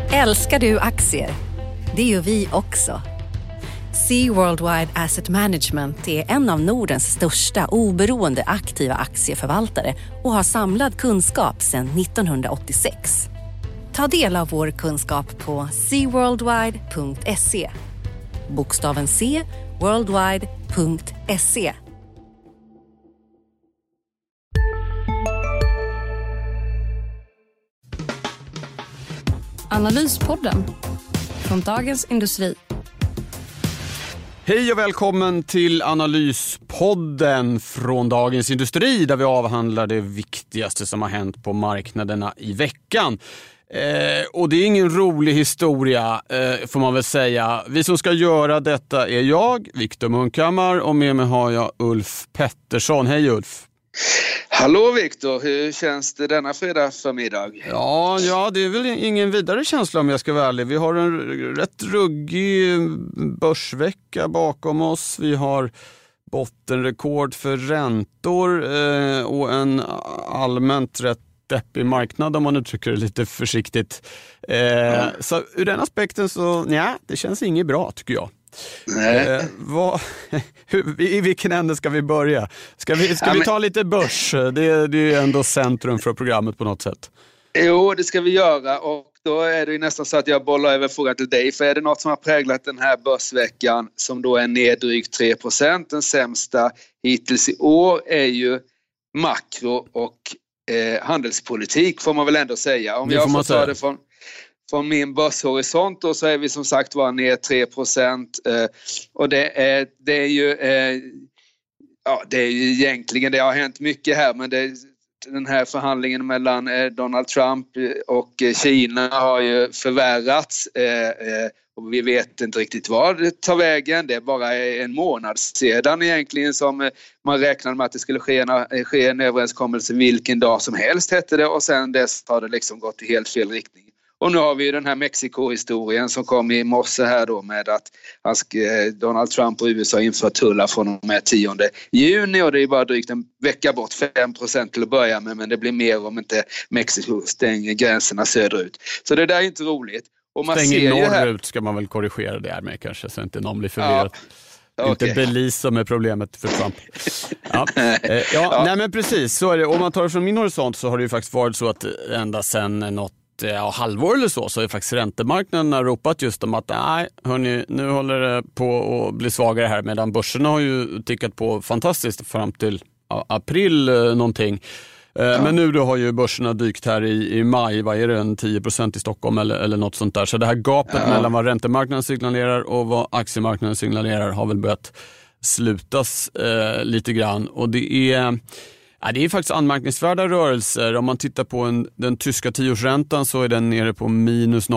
Älskar du aktier? Det gör vi också. Sea Worldwide Asset Management är en av Nordens största oberoende aktiva aktieförvaltare och har samlad kunskap sedan 1986. Ta del av vår kunskap på seaworldwide.se. Bokstaven C, worldwide.se. Analyspodden från Dagens Industri. Hej och välkommen till Analyspodden från Dagens Industri där vi avhandlar det viktigaste som har hänt på marknaderna i veckan. Och det är ingen rolig historia får man väl säga. Vi som ska göra detta är jag, Viktor Munkhammar, och med mig har jag Ulf Pettersson. Hej Ulf! Hallå Viktor, hur känns det denna fredag förmiddag? Ja, det är väl ingen vidare känsla om jag ska vara ärlig. Vi har en rätt ruggig börsvecka bakom oss. Vi har bottenrekord för räntor och en allmänt rätt deppig marknad om man uttrycker det lite försiktigt. Så ur den aspekten så, det känns inget bra tycker jag. I vilken ände ska vi börja? Ska vi ta lite börs? Det är ju ändå centrum för programmet på något sätt. Jo, det ska vi göra, och då är det ju nästan så att jag bollar över frågan till dig. För är det något som har präglat den här börsveckan som då är ner drygt 3%, den sämsta hittills i år, är ju makro och handelspolitik får man väl ändå säga. Om jag får ta det från min börshorisont då, så är vi som sagt var ner 3%, och det är ju egentligen, det har hänt mycket här, men den här förhandlingen mellan Donald Trump och Kina har ju förvärrats, och vi vet inte riktigt vad det tar vägen. Det är bara en månad sedan egentligen som man räknade med att det skulle ske en överenskommelse vilken dag som helst, hette det, och sen dess har det liksom gått i helt fel riktning. Och nu har vi ju den här Mexiko-historien som kom i morse här då, med att Donald Trump och USA inför tullar från och med 10 juni, och det är bara drygt en vecka bort, 5% till att börja med, men det blir mer om inte Mexiko stänger gränserna söderut. Så det där är inte roligt. Och man stänger norrut ska man väl korrigera det här med kanske, så inte någon blir förvirrad. Ja. Inte Belize som är problemet för Trump. Nej men precis, så är det. Om man tar det från min horisont så har det ju faktiskt varit så att ända sedan något halvår eller så har ju faktiskt räntemarknaden ropat just om att nu håller det på att bli svagare här, medan börserna har ju tickat på fantastiskt fram till april någonting. Men nu då har ju börserna dykt här i maj, vad är det, 10% i Stockholm eller något sånt där. Så det här gapet mellan vad räntemarknaden signalerar och vad aktiemarknaden signalerar har väl börjat slutas lite grann, och det är faktiskt anmärkningsvärda rörelser. Om man tittar på den tyska 10-årsräntan så är den nere på minus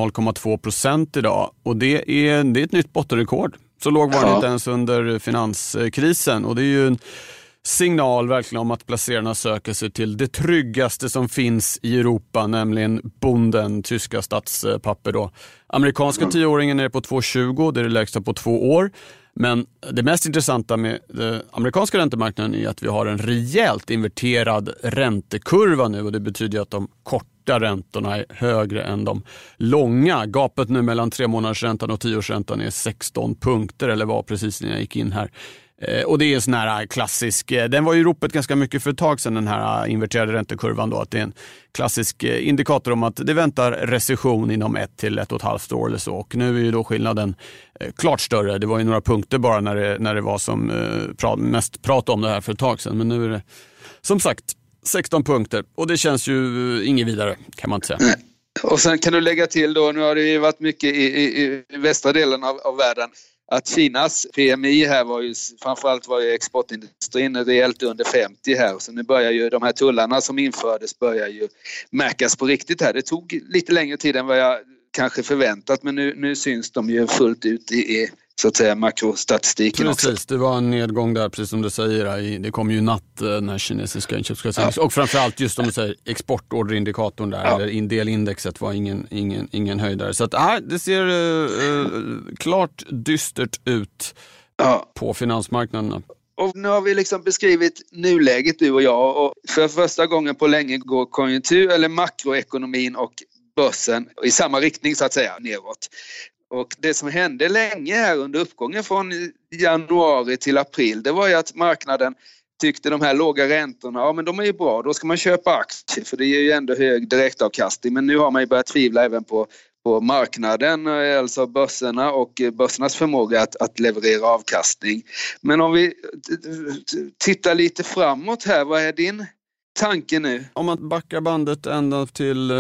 0,2% idag. Och det är ett nytt bottenrekord. Så låg var det inte ens under finanskrisen. Och det är ju en signal verkligen om att placerarna söker sig till det tryggaste som finns i Europa, nämligen bonden, tyska statspapper då. Amerikanska 10-åringen är på 2,20, det är det lägsta på 2 år. Men det mest intressanta med den amerikanska räntemarknaden är att vi har en rejält inverterad räntekurva nu, och det betyder att de korta räntorna är högre än de långa. Gapet nu mellan 3-månadersräntan och 10-årsräntan är 16 punkter, eller var precis när jag gick in här. Och det är en sån här klassisk, den var ju ropet ganska mycket för ett tag sedan, den här inverterade räntekurvan då, att det är en klassisk indikator om att det väntar recession inom 1 till 1,5 år eller så. Och nu är ju då skillnaden klart större. Det var ju några punkter bara när det var som mest prat om det här för ett tag sedan, men nu är det som sagt 16 punkter, och det känns ju inget vidare kan man inte säga. Och sen kan du lägga till då, nu har det ju varit mycket i västra delen av världen, att Kinas PMI här var ju, framförallt var ju exportindustrin rejält under 50 här. Så nu börjar ju de här tullarna som infördes börjar ju märkas på riktigt här. Det tog lite längre tid än vad jag kanske förväntat, men nu syns de ju fullt ut i så att säga makrostatistiken också. Precis, det var en nedgång där, precis som du säger. Det kom ju natt den här kinesiska inköpsskatten. Och framförallt just som du säger, exportorderindikatorn där, eller delindexet var ingen höjdare. Så att det ser klart dystert ut på finansmarknaderna. Och nu har vi liksom beskrivit nuläget, du och jag, och för första gången på länge går konjunktur eller makroekonomin och börsen i samma riktning så att säga, neråt. Och det som hände länge här under uppgången från januari till april, det var ju att marknaden tyckte de här låga räntorna, ja men de är ju bra, då ska man köpa aktier för det ger ju ändå hög direktavkastning. Men nu har man ju börjat tvivla även på marknaden, alltså börserna och börsernas förmåga att leverera avkastning. Men om vi tittar lite framåt här, vad är din tanke nu? Om man backar bandet ända till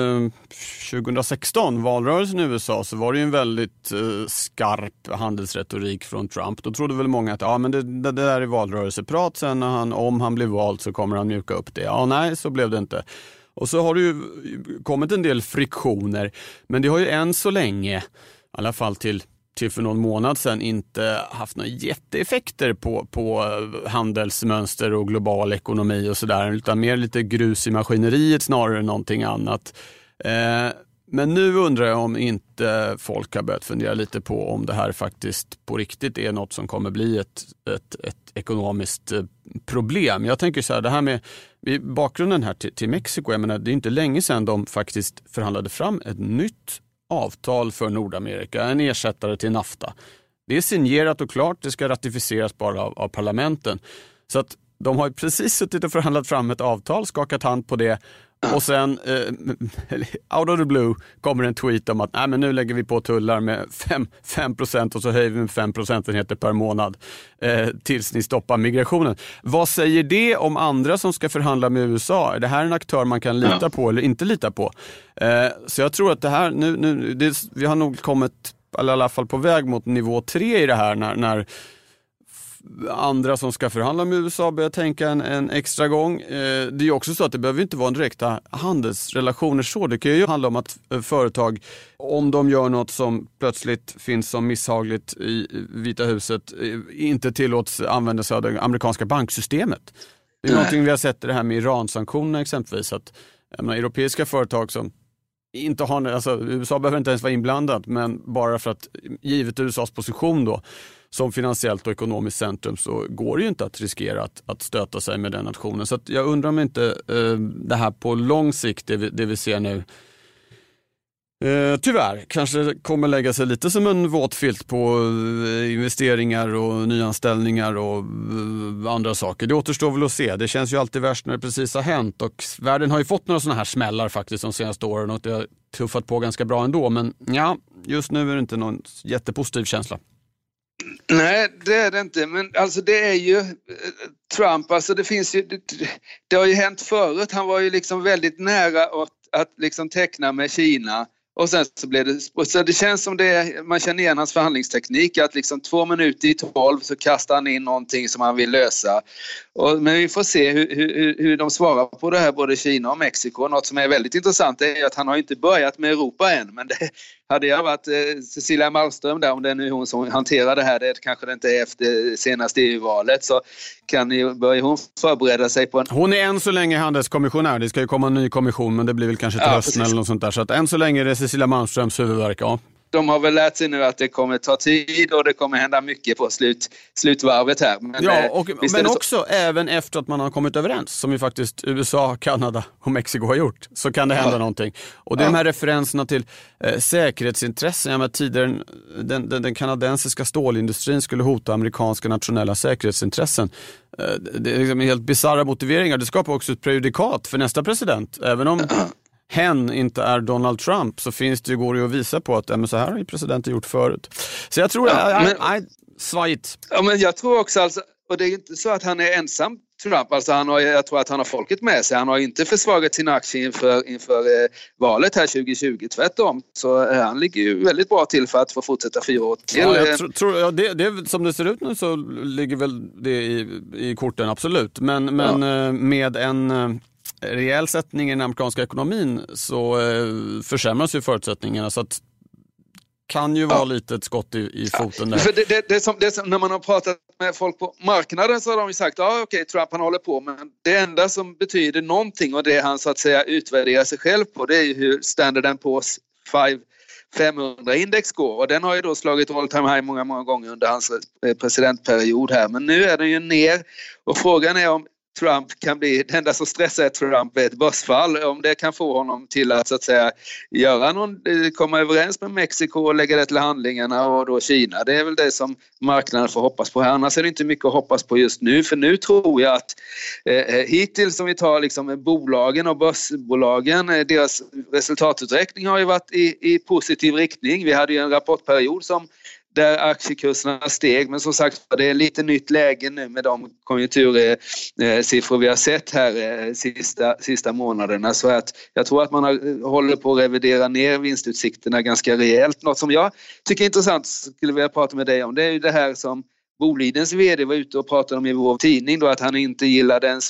2016, valrörelsen i USA, så var det ju en väldigt skarp handelsretorik från Trump. Då trodde väl många att men det där är valrörelseprat, sen när om han blir vald så kommer han mjuka upp det. Ja, nej, så blev det inte. Och så har det ju kommit en del friktioner, men det har ju än så länge, i alla fall till för någon månad sedan, inte haft några jätteeffekter på handelsmönster och global ekonomi och sådär, utan mer lite grus i maskineriet snarare än någonting annat. Men nu undrar jag om inte folk har börjat fundera lite på om det här faktiskt på riktigt är något som kommer bli ett ekonomiskt problem. Jag tänker så här, det här med bakgrunden här till Mexiko, jag menar, det är inte länge sedan de faktiskt förhandlade fram ett nytt avtal för Nordamerika, en ersättare till NAFTA. Det är signerat och klart, det ska ratificeras bara av parlamenten. Så att de har precis suttit och förhandlat fram ett avtal, skakat hand på det, och sen out of the blue kommer en tweet om att men nu lägger vi på tullar med 5% och så höjer vi med 5% per månad tills ni stoppar migrationen. Vad säger det om andra som ska förhandla med USA? Är det här en aktör man kan lita på eller inte lita på? Så jag tror att det här vi har nog kommit, eller i alla fall på väg mot nivå 3 i det här, när andra som ska förhandla med USA börjar tänka en extra gång. Det är ju också så att det behöver inte vara en direkta handelsrelationer så. Det kan ju handla om att företag, om de gör något som plötsligt finns som misshagligt i Vita huset, inte tillåts använda sig av det amerikanska banksystemet. Det är någonting vi har sett i det här med Iran-sanktionerna exempelvis, att europeiska företag som inte har, alltså USA behöver inte ens vara inblandat, men bara för att givet USAs position då som finansiellt och ekonomiskt centrum, så går det ju inte att riskera att stöta sig med den nationen. Så att jag undrar om inte det här på lång sikt, det vi ser nu, tyvärr kanske kommer lägga sig lite som en våt filt på investeringar och nyanställningar och andra saker. Det återstår väl att se. Det känns ju alltid värst när det precis har hänt, och världen har ju fått några sådana här smällar faktiskt de senaste åren, och det har tuffat på ganska bra ändå, men just nu är det inte någon jättepositiv känsla. Nej, det är det inte, men alltså det är ju Trump, alltså det har ju hänt förut. Han var ju liksom väldigt nära att liksom teckna med Kina, och sen så blev det, så det känns som man känner igen hans förhandlingsteknik, att liksom 2 minuter i 12 så kastar han in någonting som han vill lösa. Men vi får se hur de svarar på det här, både Kina och Mexiko. Något som är väldigt intressant är att han har inte börjat med Europa än, men det hade jag varit Cecilia Malmström där, om det är nu hon som hanterar det här, det kanske det inte är efter senaste EU-valet, så börjar hon förbereda sig på Hon är än så länge handelskommissionär, det ska ju komma en ny kommission, men det blir väl kanske till hösten eller något sånt där, så att än så länge är det Cecilia Malmströms huvudverk, ja. De har väl lärt sig nu att det kommer ta tid och det kommer hända mycket på slutvarvet här. Men också även efter att man har kommit överens, som ju faktiskt USA, Kanada och Mexiko har gjort, så kan det hända någonting. Och de här referenserna till säkerhetsintressen, med tidigare den kanadensiska stålindustrin skulle hota amerikanska nationella säkerhetsintressen. Det är liksom helt bizarra motiveringar. Det skapar också ett prejudikat för nästa president, även om hen inte är Donald Trump, så går det att visa på att så här har ju presidenten gjort förut. Så jag tror svajigt. Ja, men jag tror också, alltså, och det är inte så att han är ensam Trump, alltså jag tror att han har folket med sig. Han har inte försvagat sin aktie inför valet här 2020, tvärtom. Så han ligger ju väldigt bra till för att få fortsätta 4 år till. Ja, jag tror det som det ser ut nu så ligger väl det i korten, absolut. Men med en rejäl sättning i den amerikanska ekonomin så försämras ju förutsättningarna, så att kan ju vara lite ett skott i foten där. För det som, när man har pratat med folk på marknaden, så har de ju sagt okej, Trump han håller på, men det enda som betyder någonting, och det han så att säga utvärderar sig själv på, det är ju hur Standard & Poor's 500-index går, och den har ju då slagit all time high många gånger under hans presidentperiod här, men nu är den ju ner, och frågan är om Trump kan bli, det enda som stressar Trump är ett börsfall. Om det kan få honom till att så att säga komma överens med Mexiko och lägga det till handlingarna och då Kina. Det är väl det som marknaden får hoppas på här. Annars är det inte mycket att hoppas på just nu. För nu tror jag att hittills som vi tar liksom bolagen och börsbolagen, deras resultatuträkning har ju varit i positiv riktning. Vi hade ju en rapportperiod där aktiekurserna steg, men som sagt det är lite nytt läge nu med de konjunktursiffror vi har sett här sista månaderna, så att jag tror att man håller på att revidera ner vinstutsikterna ganska rejält. Något som jag tycker är intressant skulle vilja prata med dig om, det är ju det här som Bolidens vd var ute och pratade om i vår tidning då, att han inte gillar den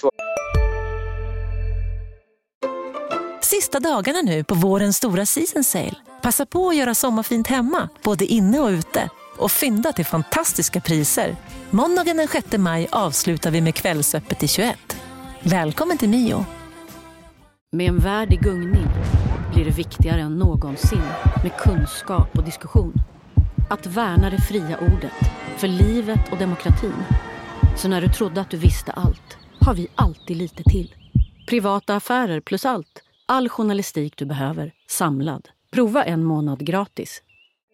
Sista dagarna nu på vårens stora season sale. Passa på att göra sommarfint hemma, både inne och ute. Och fynda till fantastiska priser. Måndagen den 6 maj avslutar vi med kvällsöppet i 21. Välkommen till Mio. Med en värld i gungning blir det viktigare än någonsin med kunskap och diskussion. Att värna det fria ordet, för livet och demokratin. Så när du trodde att du visste allt, har vi alltid lite till. Privata affärer plus allt. All journalistik du behöver, samlad. Prova 1 månad gratis.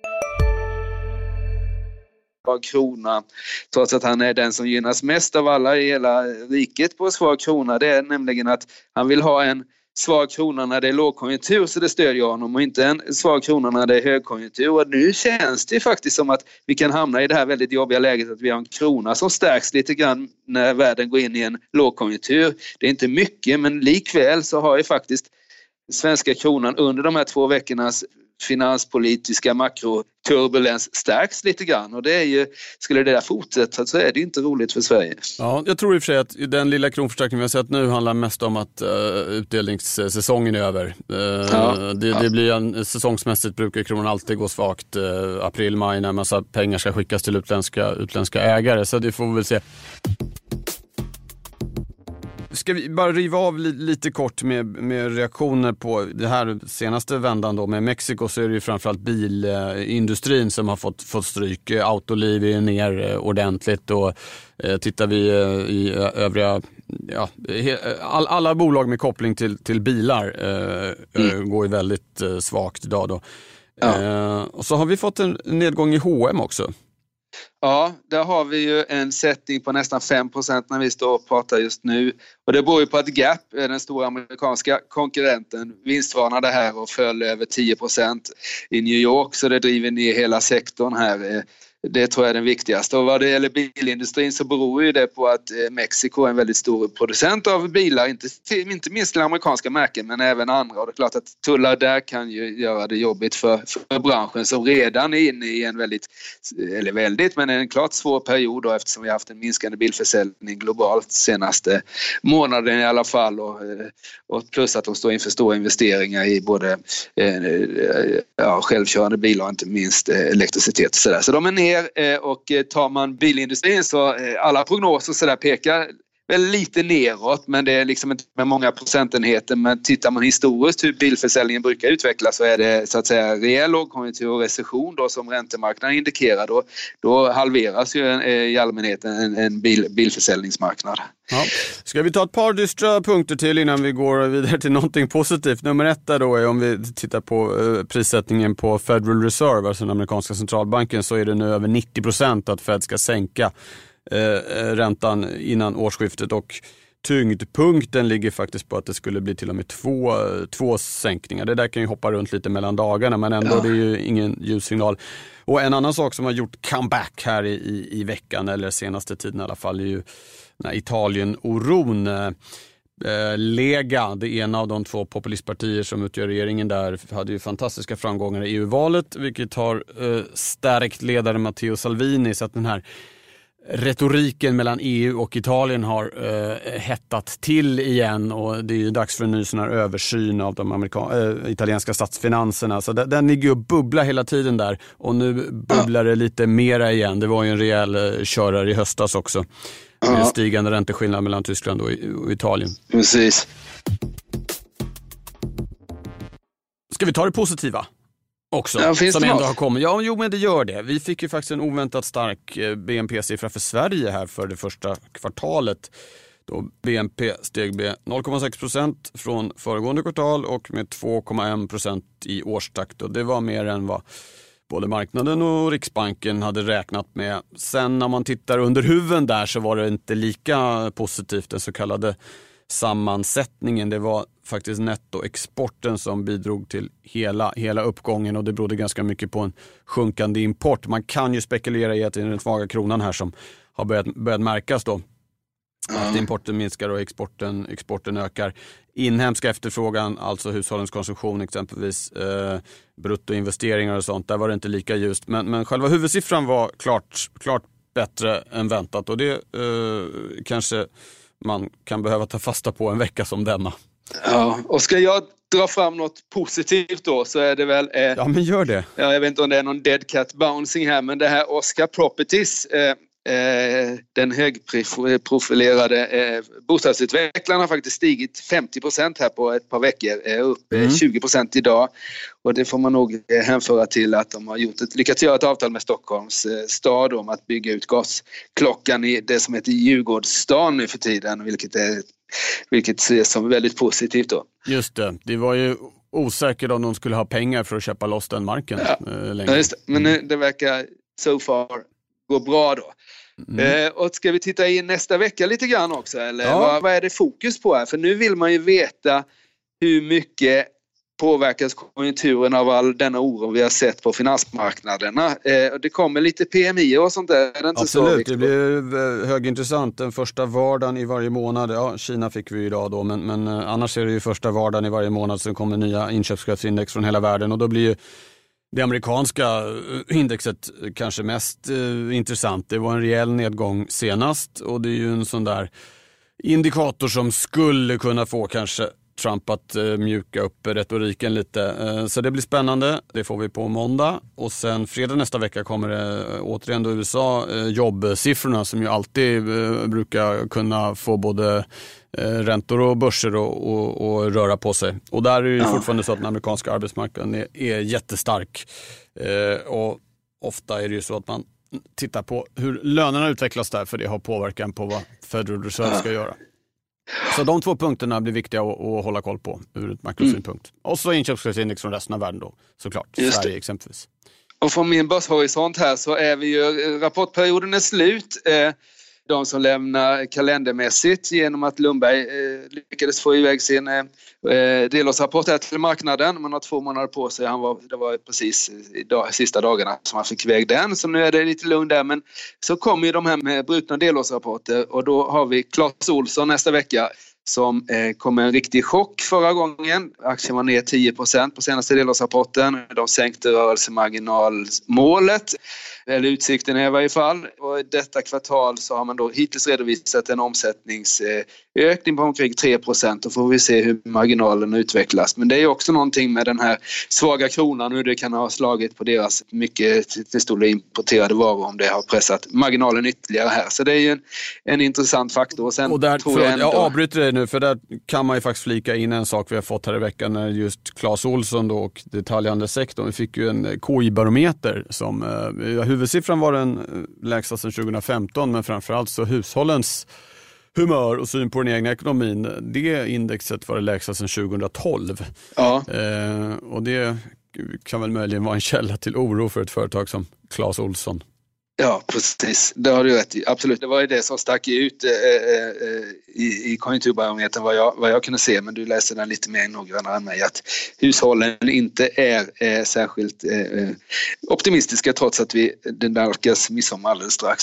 Krona, trots att han är den som gynnas mest av alla i hela riket på svag krona. Det är nämligen att han vill ha en svag krona när det är lågkonjunktur, så det stödjer honom, och inte en svag krona när det är högkonjunktur. Och nu känns det faktiskt som att vi kan hamna i det här väldigt jobbiga läget att vi har en krona som stärks lite grann när världen går in i en lågkonjunktur. Det är inte mycket, men likväl så har ju faktiskt svenska kronan under de här 2 veckornas finanspolitiska makroturbulens stärks lite grann, och det är ju, skulle det där fortsätta så är det inte roligt för Sverige. Ja, jag tror i och för sig att den lilla kronförstärkningen vi har sett nu handlar mest om att utdelningssäsongen är över. Det blir en säsongsmässigt brukar kronan alltid gå svagt april, maj när massa pengar ska skickas till utländska ägare, så det får vi väl se. Ska vi bara riva av lite kort med reaktioner på det här senaste vändan då med Mexiko, så är det ju framförallt bilindustrin som har fått stryk. Autoliv är ner ordentligt, och tittar vi i övriga, alla bolag med koppling till bilar går ju väldigt svagt idag då. Och så har vi fått en nedgång i H&M också. Ja, där har vi ju en sättning på nästan 5% när vi står och pratar just nu. Och det beror ju på att Gap, den stora amerikanska konkurrenten, vinstvarnade här och föll över 10% i New York. Så det driver ner hela sektorn här. Det tror jag är den viktigaste. Och vad det gäller bilindustrin så beror ju det på att Mexiko är en väldigt stor producent av bilar. Inte minst till amerikanska märken, men även andra. Och det är klart att tullar där kan ju göra det jobbigt för branschen som redan är inne i en men en klart svår period då, eftersom vi har haft en minskande bilförsäljning globalt senaste månaden i alla fall. Och plus att de står inför stora investeringar i både självkörande bilar och inte minst elektricitet och sådär. Så de är ner, och tar man bilindustrin så alla prognoser så där pekar väl lite neråt, men det är liksom inte med många procentenheter. Men tittar man historiskt hur bilförsäljningen brukar utvecklas så är det så att säga rejäl lågkonjunktur och recession då, som räntemarknaden indikerar. Då halveras ju i allmänhet en bilförsäljningsmarknad. Ja. Ska vi ta ett par dystra punkter till innan vi går vidare till någonting positivt? Nummer 1 då är, om vi tittar på prissättningen på Federal Reserve, alltså den amerikanska centralbanken, så är det nu över 90% att Fed ska sänka räntan innan årsskiftet, och tyngdpunkten ligger faktiskt på att det skulle bli till och med två sänkningar. Det där kan ju hoppa runt lite mellan dagarna, men ändå det är ju ingen ljussignal. Och en annan sak som har gjort comeback här i veckan, eller senaste tiden i alla fall, är ju Italien-oron. Lega, det ena av de 2 populistpartier som utgör regeringen där, hade ju fantastiska framgångar i EU-valet, vilket har stärkt ledaren Matteo Salvini, så att den här retoriken mellan EU och Italien har hettat till igen, och det är ju dags för en ny sån här översyn av de italienska statsfinanserna. Så den ligger ju och bubblar hela tiden där, och nu bubblar det lite mera igen. Det var ju en rejäl körare i höstas också. Med stigande ränteskillnad mellan Tyskland och Italien. Precis. Ska vi ta det positiva också, som ändå har kommit? Men det gör det. Vi fick ju faktiskt en oväntat stark BNP-siffra för Sverige här för det första kvartalet. Då BNP steg med 0,6% från föregående kvartal och med 2,1% i årstakt. Och det var mer än vad både marknaden och Riksbanken hade räknat med. Sen när man tittar under huven där så var det inte lika positivt, den så kallade sammansättningen. Det var faktiskt nettoexporten som bidrog till hela uppgången, och det berodde ganska mycket på en sjunkande import. Man kan ju spekulera i att det är den svaga kronan här som har börjat märkas då. Att importen minskar och exporten ökar. Inhemska efterfrågan, alltså hushållens konsumtion exempelvis, bruttoinvesteringar och sånt, där var det inte lika ljust. Men själva huvudsiffran var klart bättre än väntat, och det kanske man kan behöva ta fasta på en vecka som denna. Ja, och ska jag dra fram något positivt då, så är det väl... ja, men gör det. Ja, jag vet inte om det är någon dead cat bouncing här, men det här Oscar Properties... den högprofilerade bostadsutvecklarna har faktiskt stigit 50% här på ett par veckor, upp 20% idag, och det får man nog hänföra till att de har lyckats göra ett avtal med Stockholms stad om att bygga ut gasklockan i det som heter Djurgårdsstan nu för tiden, vilket ses som väldigt positivt då. Just det var ju osäkert om de skulle ha pengar för att köpa loss den marken längre. Ja, just det. Men det verkar so far gå bra då. Och ska vi titta in nästa vecka lite grann också, eller vad är det fokus på här? För nu vill man ju veta hur mycket påverkas konjunkturen av all denna oro vi har sett på finansmarknaderna. Det kommer lite PMI och sånt där. Är det inte absolut, så, det blir högintressant. Den första vardagen i varje månad. Ja, Kina fick vi idag då, men annars är det ju första vardagen i varje månad. Sen kommer nya inköpschefsindex från hela världen, och då blir ju det amerikanska indexet kanske mest intressant. Det var en rejäl nedgång senast, och det är ju en sån där indikator som skulle kunna få kanske Trump att mjuka upp retoriken lite. Så det blir spännande. Det får vi på måndag, och sen fredag nästa vecka kommer det återigen då USA jobbsiffrorna, som ju alltid brukar kunna få både räntor och börser och röra på sig. Och där är det fortfarande så att den amerikanska arbetsmarknaden är jättestark. Och ofta är det ju så att man tittar på hur lönerna utvecklas där, för det har påverkan på vad Federal Reserve ska göra. Så de två punkterna blir viktiga att hålla koll på ur ett makrosynpunkt. Och så inköpschefsindex från resten av världen då, såklart. Sverige exempelvis. Och från min börshorisont här så är vi ju, rapportperioden är slut. De som lämnar kalendermässigt genom att Lundberg lyckades få iväg sin delårsrapport här till marknaden. Man har 2 månader på sig. Det var precis sista dagarna som han fick iväg den. Så nu är det lite lugn där. Men så kommer ju de här med brutna delårsrapporter. Och då har vi Clas Ohlson nästa vecka, som kom med en riktig chock förra gången. Aktien var ner 10% på senaste delårsrapporten. De sänkte rörelsemarginalmålet, eller utsikten i varje fall. Och i detta kvartal så har man då hittills redovisat en omsättningsökning på omkring 3%. Då får vi se hur marginalen utvecklas. Men det är också någonting med den här svaga kronan, hur det kan ha slagit på deras mycket till stor importerade varor, om det har pressat marginalen ytterligare här. Så det är ju en intressant faktor. Och sen där, tror jag avbryter det nu, för där kan man ju faktiskt flika in en sak vi har fått här i veckan, när just Clas Ohlson då och detaljhandelssektorn. Vi fick ju en KI-barometer som huvudsiffran var den lägsta sedan 2015, men framförallt så hushållens humör och syn på den egna ekonomin, det indexet var det lägsta sedan 2012. Ja. Och det kan väl möjligen vara en källa till oro för ett företag som Clas Ohlson. Ja, precis. Det har du rätt i. Absolut. Det var ju det som stack ut i konjunkturbarometern vad jag kunde se, men du läser den lite mer noggrannare än mig, att hushållen inte är särskilt optimistiska, trots att den nalkas midsommar alldeles strax.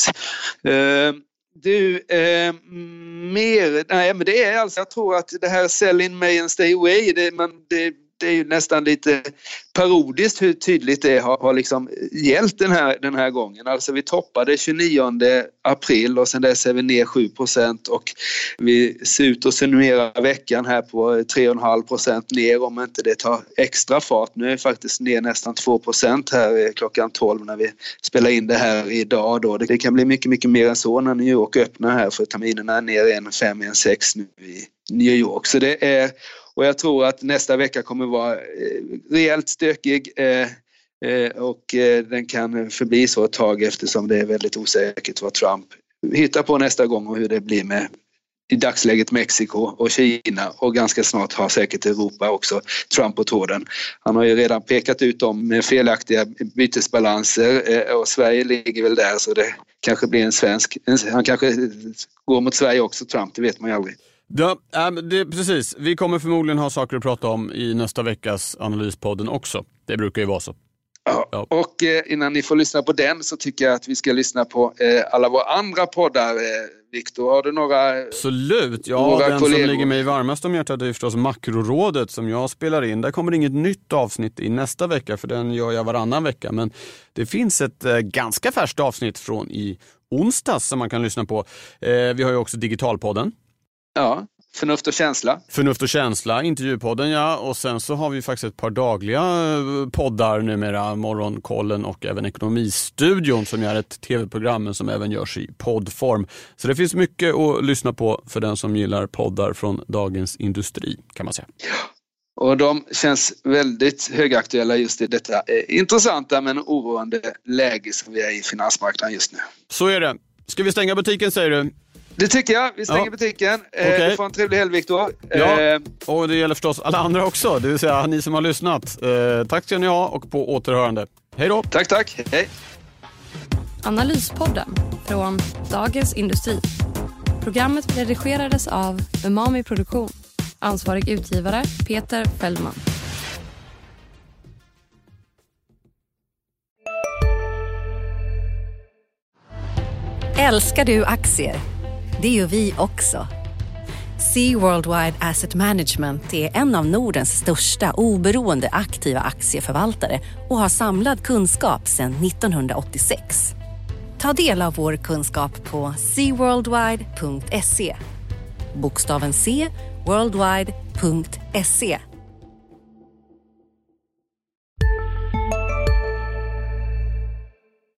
Men det är alltså, jag tror att det här sell in May and stay away, det är ju nästan lite parodiskt hur tydligt det har liksom gällt den här gången. Alltså vi toppade 29 april och sen dess är vi ner 7%, och vi ser ut att summera veckan här på 3,5% ner, om inte det tar extra fart. Nu är det faktiskt ner nästan 2% här klockan 12 när vi spelar in det här idag då. Det kan bli mycket, mycket mer än så när New York öppnar här, för terminerna är ner 1,5-1,6 nu i New York. Så det är... Och jag tror att nästa vecka kommer vara rejält stökig, och den kan förbli så ett tag, eftersom det är väldigt osäkert vad Trump hittar på nästa gång och hur det blir med i dagsläget Mexiko och Kina, och ganska snart har säkert Europa också Trump på tråden. Han har ju redan pekat ut dem med felaktiga bytesbalanser och Sverige ligger väl där, så det kanske blir en svensk. Han kanske går mot Sverige också, Trump, det vet man ju aldrig. Ja, precis. Vi kommer förmodligen ha saker att prata om i nästa veckas Analyspodden också. Det brukar ju vara så. Ja. Och innan ni får lyssna på den så tycker jag att vi ska lyssna på alla våra andra poddar. Viktor, har du några? Absolut, ja, den kollegor som ligger mig varmast om hjärtat är förstås Makrorådet som jag spelar in. Där kommer inget nytt avsnitt i nästa vecka, för den gör jag varannan vecka. Men det finns ett ganska färskt avsnitt från i onsdags som man kan lyssna på. Vi har ju också Digitalpodden. Ja, Förnuft och känsla. Förnuft och känsla, intervjupodden, ja. Och sen så har vi faktiskt ett par dagliga poddar numera, Morgonkollen och även Ekonomistudion som är ett tv-program som även görs i poddform. Så det finns mycket att lyssna på för den som gillar poddar från Dagens Industri, kan man säga. Och de känns väldigt högaktuella just i detta intressanta men oroande läge som vi är i finansmarknaden just nu. Så är det. Ska vi stänga butiken, säger du? Det tycker jag. Vi stänger butiken. Okay. Du får en trevlig helg, Viktor. Ja, och det gäller förstås alla andra också. Det vill säga ni som har lyssnat. Tack ska ni ha och på återhörande. Hej då. Tack. Hej. Analyspodden från Dagens Industri. Programmet redigerades av Umami Produktion. Ansvarig utgivare Peter Fällman. Älskar du aktier? Det gör vi också. Sea Worldwide Asset Management är en av Nordens största oberoende aktiva aktieförvaltare och har samlad kunskap sedan 1986. Ta del av vår kunskap på seaworldwide.se. Bokstaven C, worldwide.se.